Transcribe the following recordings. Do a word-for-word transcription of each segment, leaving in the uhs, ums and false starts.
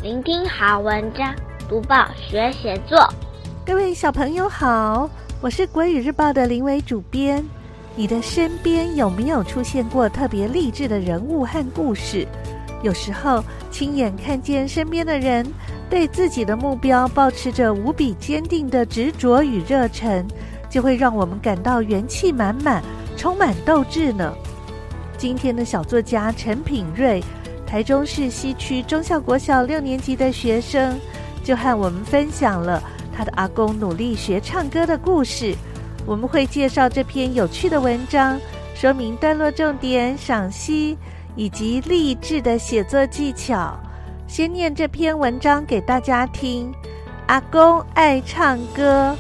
聆听好文章，读报学写作。 各位小朋友好，我是国语日报的林伟主编。你的身边有没有出现过特别励志的人物和故事？有时候亲眼看见身边的人对自己的目标抱持着无比坚定的执着与热忱，就会让我们感到元气满满，充满斗志呢。今天的小作家陈品瑞，台中市西区忠孝国小六年级的学生，就和我们分享了他的阿公努力学唱歌的故事。我们会介绍这篇有趣的文章，说明段落重点、赏析以及励志的写作技巧。先念这篇文章给大家听。阿公爱唱歌。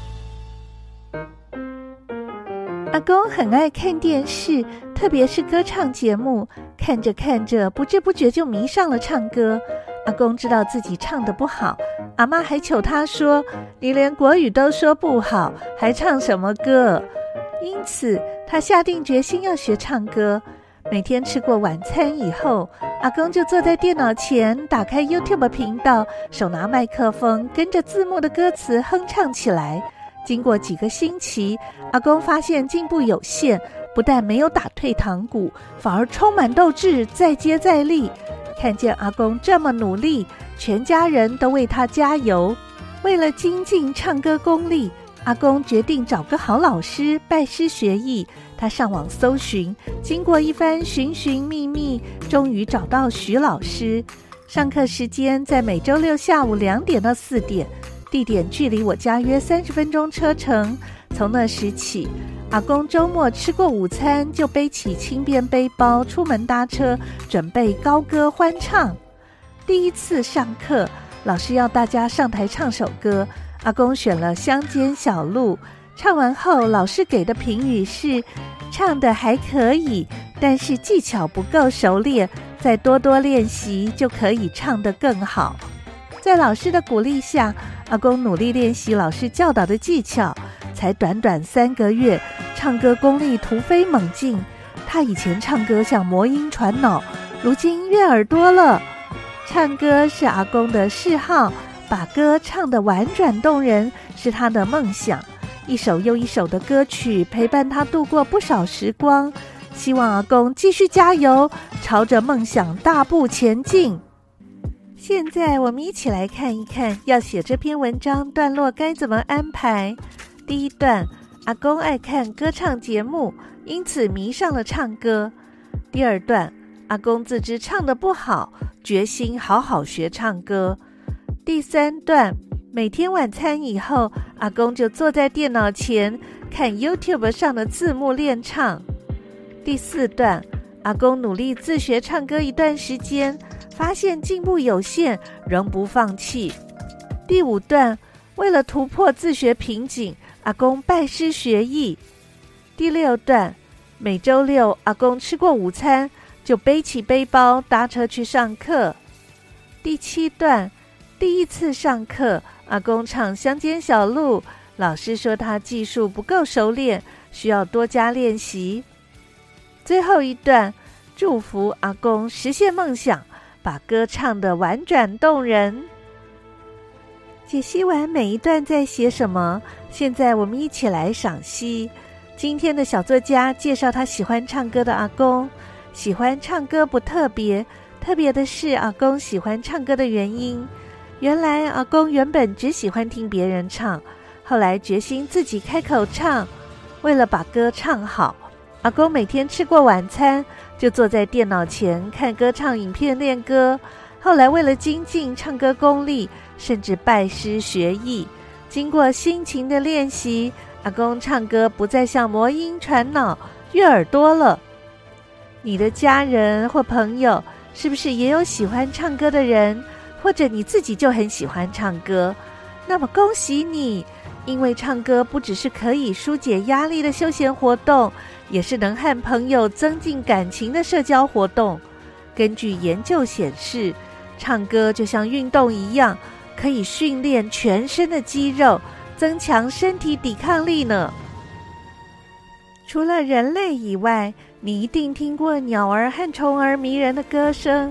阿公很爱看电视，特别是歌唱节目，看着看着不知不觉就迷上了唱歌。阿公知道自己唱得不好，阿嬷还求他说，你连国语都说不好，还唱什么歌？因此他下定决心要学唱歌。每天吃过晚餐以后，阿公就坐在电脑前，打开 YouTube 频道，手拿麦克风，跟着字幕的歌词哼唱起来。经过几个星期，阿公发现进步有限，不但没有打退堂鼓，反而充满斗志，再接再厉。看见阿公这么努力，全家人都为他加油。为了精进唱歌功力，阿公决定找个好老师拜师学艺。他上网搜寻，经过一番寻寻觅觅，终于找到徐老师。上课时间在每周六下午两点到四点，地点距离我家约三十分钟车程。从那时起，阿公周末吃过午餐就背起轻便背包出门搭车，准备高歌欢唱。第一次上课，老师要大家上台唱首歌，阿公选了《乡间小路》。唱完后，老师给的评语是唱得还可以，但是技巧不够熟练，再多多练习就可以唱得更好。在老师的鼓励下，阿公努力练习老师教导的技巧，才短短三个月，唱歌功力突飞猛进。他以前唱歌像魔音传脑，如今悦耳多了。唱歌是阿公的嗜好，把歌唱得婉转动人是他的梦想。一首又一首的歌曲陪伴他度过不少时光，希望阿公继续加油，朝着梦想大步前进。现在我们一起来看一看，要写这篇文章段落该怎么安排。第一段，阿公爱看歌唱节目，因此迷上了唱歌。第二段，阿公自知唱得不好，决心好好学唱歌。第三段，每天晚餐以后，阿公就坐在电脑前看 YouTube 上的字幕练唱。第四段，阿公努力自学唱歌一段时间，发现进步有限，仍不放弃。第五段，为了突破自学瓶颈，阿公拜师学艺。第六段，每周六阿公吃过午餐，就背起背包搭车去上课。第七段，第一次上课，阿公唱《乡间小路》，老师说他技术不够熟练，需要多加练习。最后一段，祝福阿公实现梦想，把歌唱得婉转动人。解析完每一段在写什么，现在我们一起来赏析。今天的小作家介绍他喜欢唱歌的阿公。喜欢唱歌不特别，特别的是阿公喜欢唱歌的原因。原来阿公原本只喜欢听别人唱，后来决心自己开口唱。为了把歌唱好，阿公每天吃过晚餐就坐在电脑前看歌唱影片练歌。后来为了精进唱歌功力，甚至拜师学艺。经过辛勤的练习，阿公唱歌不再像魔音传脑，悦耳多了。你的家人或朋友是不是也有喜欢唱歌的人？或者你自己就很喜欢唱歌？那么恭喜你，因为唱歌不只是可以疏解压力的休闲活动，也是能和朋友增进感情的社交活动。根据研究显示，唱歌就像运动一样，可以训练全身的肌肉，增强身体抵抗力呢。除了人类以外，你一定听过鸟儿和虫儿迷人的歌声，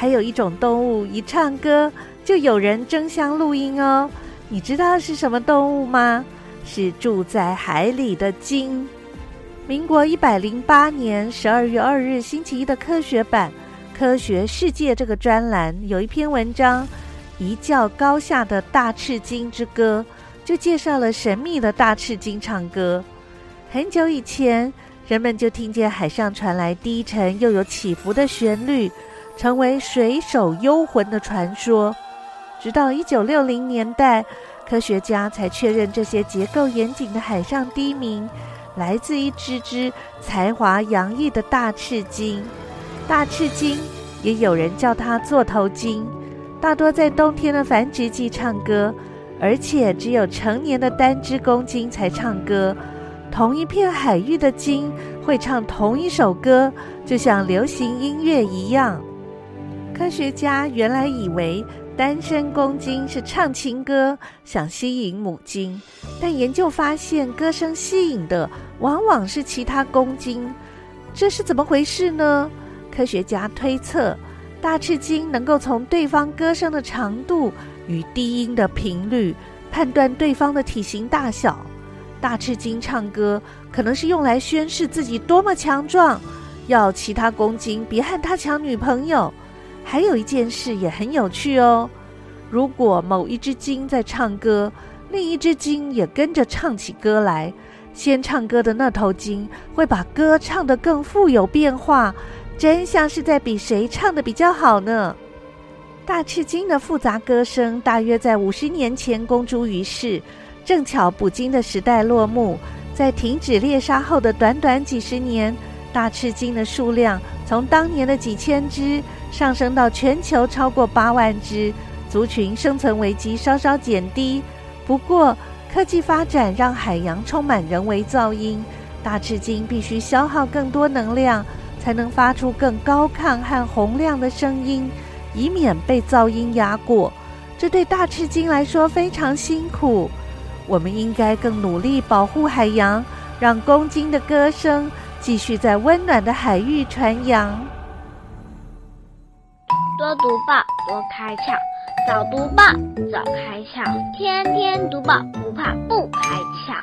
还有一种动物一唱歌就有人争相录音哦。你知道是什么动物吗？是住在海里的鲸。民国一百零八年十二月二日星期一的科学版《科学世界》这个专栏有一篇文章，一较高下的大赤鲸之歌，就介绍了神秘的大赤鲸唱歌。很久以前，人们就听见海上传来低沉又有起伏的旋律，成为水手幽魂的传说。直到一九六零年代，科学家才确认这些结构严谨的海上低鸣来自一只只才华洋溢的大赤鲸。大赤鲸也有人叫它座头鲸，大多在冬天的繁殖季唱歌，而且只有成年的单只公鲸才唱歌。同一片海域的鲸会唱同一首歌，就像流行音乐一样。科学家原来以为单身公鲸是唱情歌，想吸引母鲸，但研究发现，歌声吸引的往往是其他公鲸。这是怎么回事呢？科学家推测，大赤鲸能够从对方歌声的长度与低音的频率判断对方的体型大小。大赤鲸唱歌可能是用来宣示自己多么强壮，要其他公鲸别和他抢女朋友。还有一件事也很有趣哦，如果某一只鲸在唱歌，另一只鲸也跟着唱起歌来，先唱歌的那头鲸会把歌唱得更富有变化，真像是在比谁唱得比较好呢。大赤鲸的复杂歌声大约在五十年前公诸于世，正巧捕鲸的时代落幕，在停止猎杀后的短短几十年，大赤鲸的数量从当年的几千只上升到全球超过八万只，族群生存危机稍稍减低。不过科技发展让海洋充满人为噪音，大赤鲸必须消耗更多能量，才能发出更高亢和洪亮的声音，以免被噪音压过。这对大赤鲸来说非常辛苦。我们应该更努力保护海洋，让公鲸的歌声继续在温暖的海域传扬。 多读报，多开窍；早读报，早开窍；天天读报，不怕不开窍。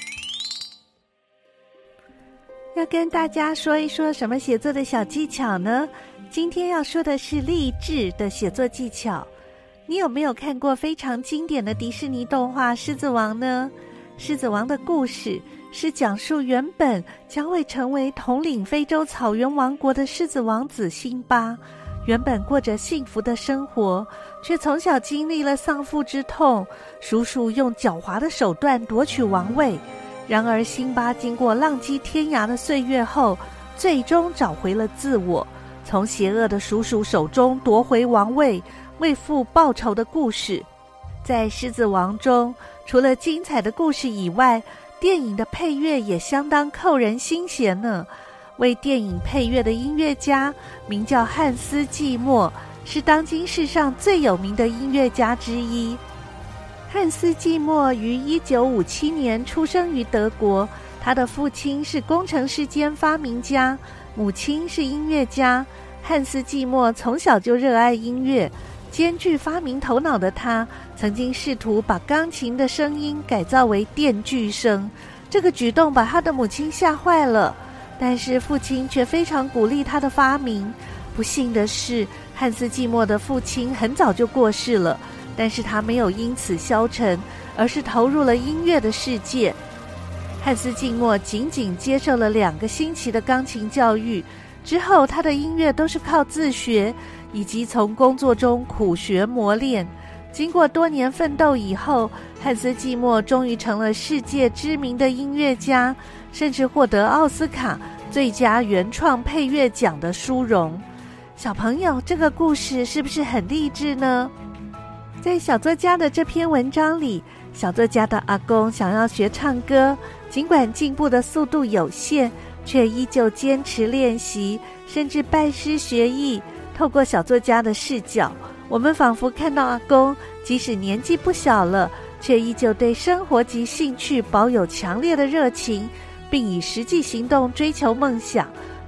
要跟大家说一说什么写作的小技巧呢？今天要说的是励志的写作技巧。你有没有看过非常经典的迪士尼动画《狮子王》呢？狮子王的故事是讲述原本将会成为统领非洲草原王国的狮子王子辛巴，原本过着幸福的生活，却从小经历了丧父之痛，叔叔用狡猾的手段夺取王位。然而辛巴经过浪迹天涯的岁月后，最终找回了自我，从邪恶的叔叔手中夺回王位，为父报仇的故事。在《狮子王》中，除了精彩的故事以外，电影的配乐也相当扣人心弦呢。为电影配乐的音乐家名叫汉斯·季默，是当今世上最有名的音乐家之一。汉斯·季默于一九五七年出生于德国，他的父亲是工程师兼发明家，母亲是音乐家。汉斯·季默从小就热爱音乐，兼具发明头脑的他，曾经试图把钢琴的声音改造为电锯声，这个举动把他的母亲吓坏了。但是父亲却非常鼓励他的发明。不幸的是，汉斯·季默的父亲很早就过世了，但是他没有因此消沉，而是投入了音乐的世界。汉斯·季默仅仅接受了两个星期的钢琴教育，之后他的音乐都是靠自学，以及从工作中苦学磨练。经过多年奋斗以后，汉斯·季默终于成了世界知名的音乐家，甚至获得奥斯卡最佳原创配乐奖的殊荣。小朋友，这个故事是不是很励志呢？在小作家的这篇文章里，小作家的阿公想要学唱歌，尽管进步的速度有限，却依旧坚持练习，甚至拜师学艺。透过小作家的视角，我们仿佛看到阿公即使年纪不小了，却依旧对生活及兴趣保有强烈的热情，并以实际行动追求梦想，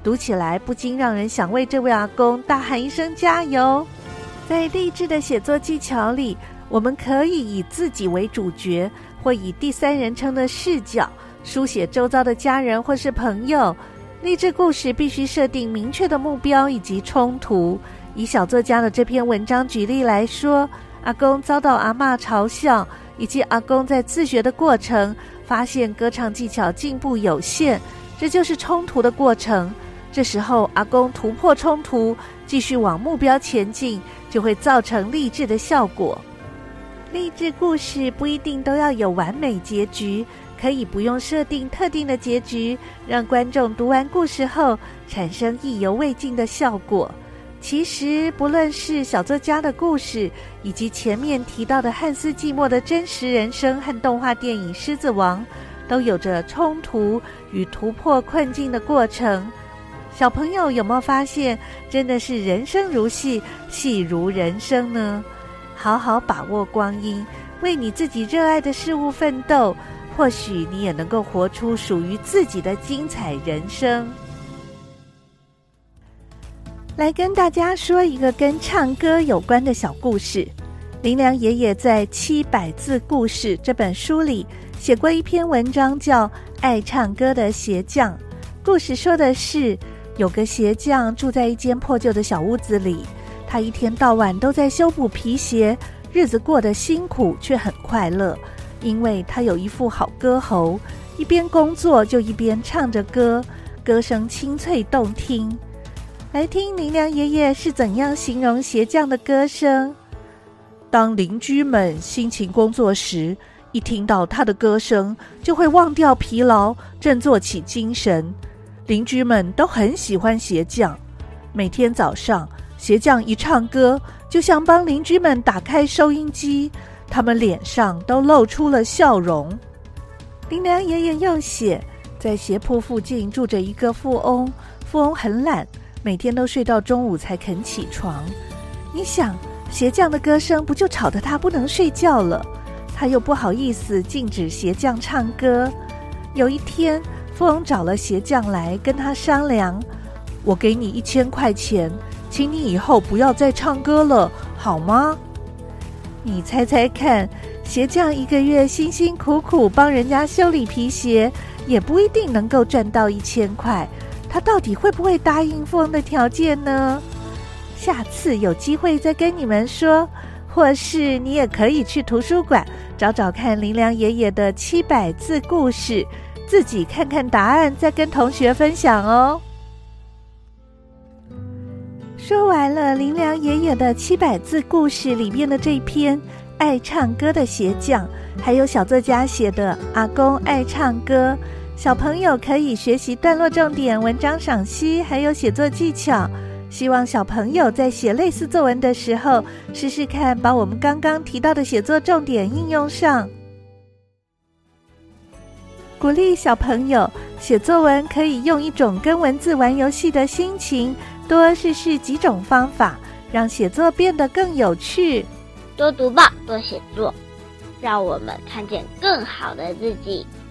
读起来不禁让人想为这位阿公大喊一声加油。在励志的写作技巧里，我们可以以自己为主角，或以第三人称的视角书写周遭的家人或是朋友。励志故事必须设定明确的目标以及冲突。以小作家的这篇文章举例来说，阿公遭到阿嬷嘲笑，以及阿公在自学的过程发现歌唱技巧进步有限，这就是冲突的过程。这时候阿公突破冲突，继续往目标前进，就会造成励志的效果。励志故事不一定都要有完美结局，可以不用设定特定的结局，让观众读完故事后产生意犹未尽的效果。其实不论是小作家的故事，以及前面提到的汉斯季默的真实人生和动画电影《狮子王》，都有着冲突与突破困境的过程。小朋友有没有发现，真的是人生如戏，戏如人生呢？好好把握光阴，为你自己热爱的事物奋斗，或许你也能够活出属于自己的精彩人生。来跟大家说一个跟唱歌有关的小故事。林良爷爷在《七百字故事》这本书里写过一篇文章，叫《爱唱歌的鞋匠》。故事说的是，有个鞋匠住在一间破旧的小屋子里，他一天到晚都在修补皮鞋，日子过得辛苦却很快乐，因为他有一副好歌喉，一边工作就一边唱着歌，歌声清脆动听。来听林良爷爷是怎样形容鞋匠的歌声。当邻居们辛勤工作时，一听到他的歌声，就会忘掉疲劳，振作起精神。邻居们都很喜欢鞋匠，每天早上鞋匠一唱歌，就像帮邻居们打开收音机，他们脸上都露出了笑容。林良爷爷又写，在鞋铺附近住着一个富翁，富翁很懒，每天都睡到中午才肯起床。你想，鞋匠的歌声不就吵得他不能睡觉了？他又不好意思禁止鞋匠唱歌。有一天，富翁找了鞋匠来跟他商量，我给你一千块钱，请你以后不要再唱歌了，好吗？你猜猜看，鞋匠一个月辛辛苦苦帮人家修理皮鞋，也不一定能够赚到一千块，他到底会不会答应富翁的条件呢？下次有机会再跟你们说，或是你也可以去图书馆找找看林良爷爷的七百字故事，自己看看答案，再跟同学分享哦。说完了林良爷爷的七百字故事里面的这篇爱唱歌的鞋匠，还有小作家写的阿公爱唱歌，小朋友可以学习段落重点、文章赏析，还有写作技巧。希望小朋友在写类似作文的时候，试试看把我们刚刚提到的写作重点应用上。鼓励小朋友写作文可以用一种跟文字玩游戏的心情，多试试几种方法，让写作变得更有趣。 多读报，多写作，让我们看见更好的自己。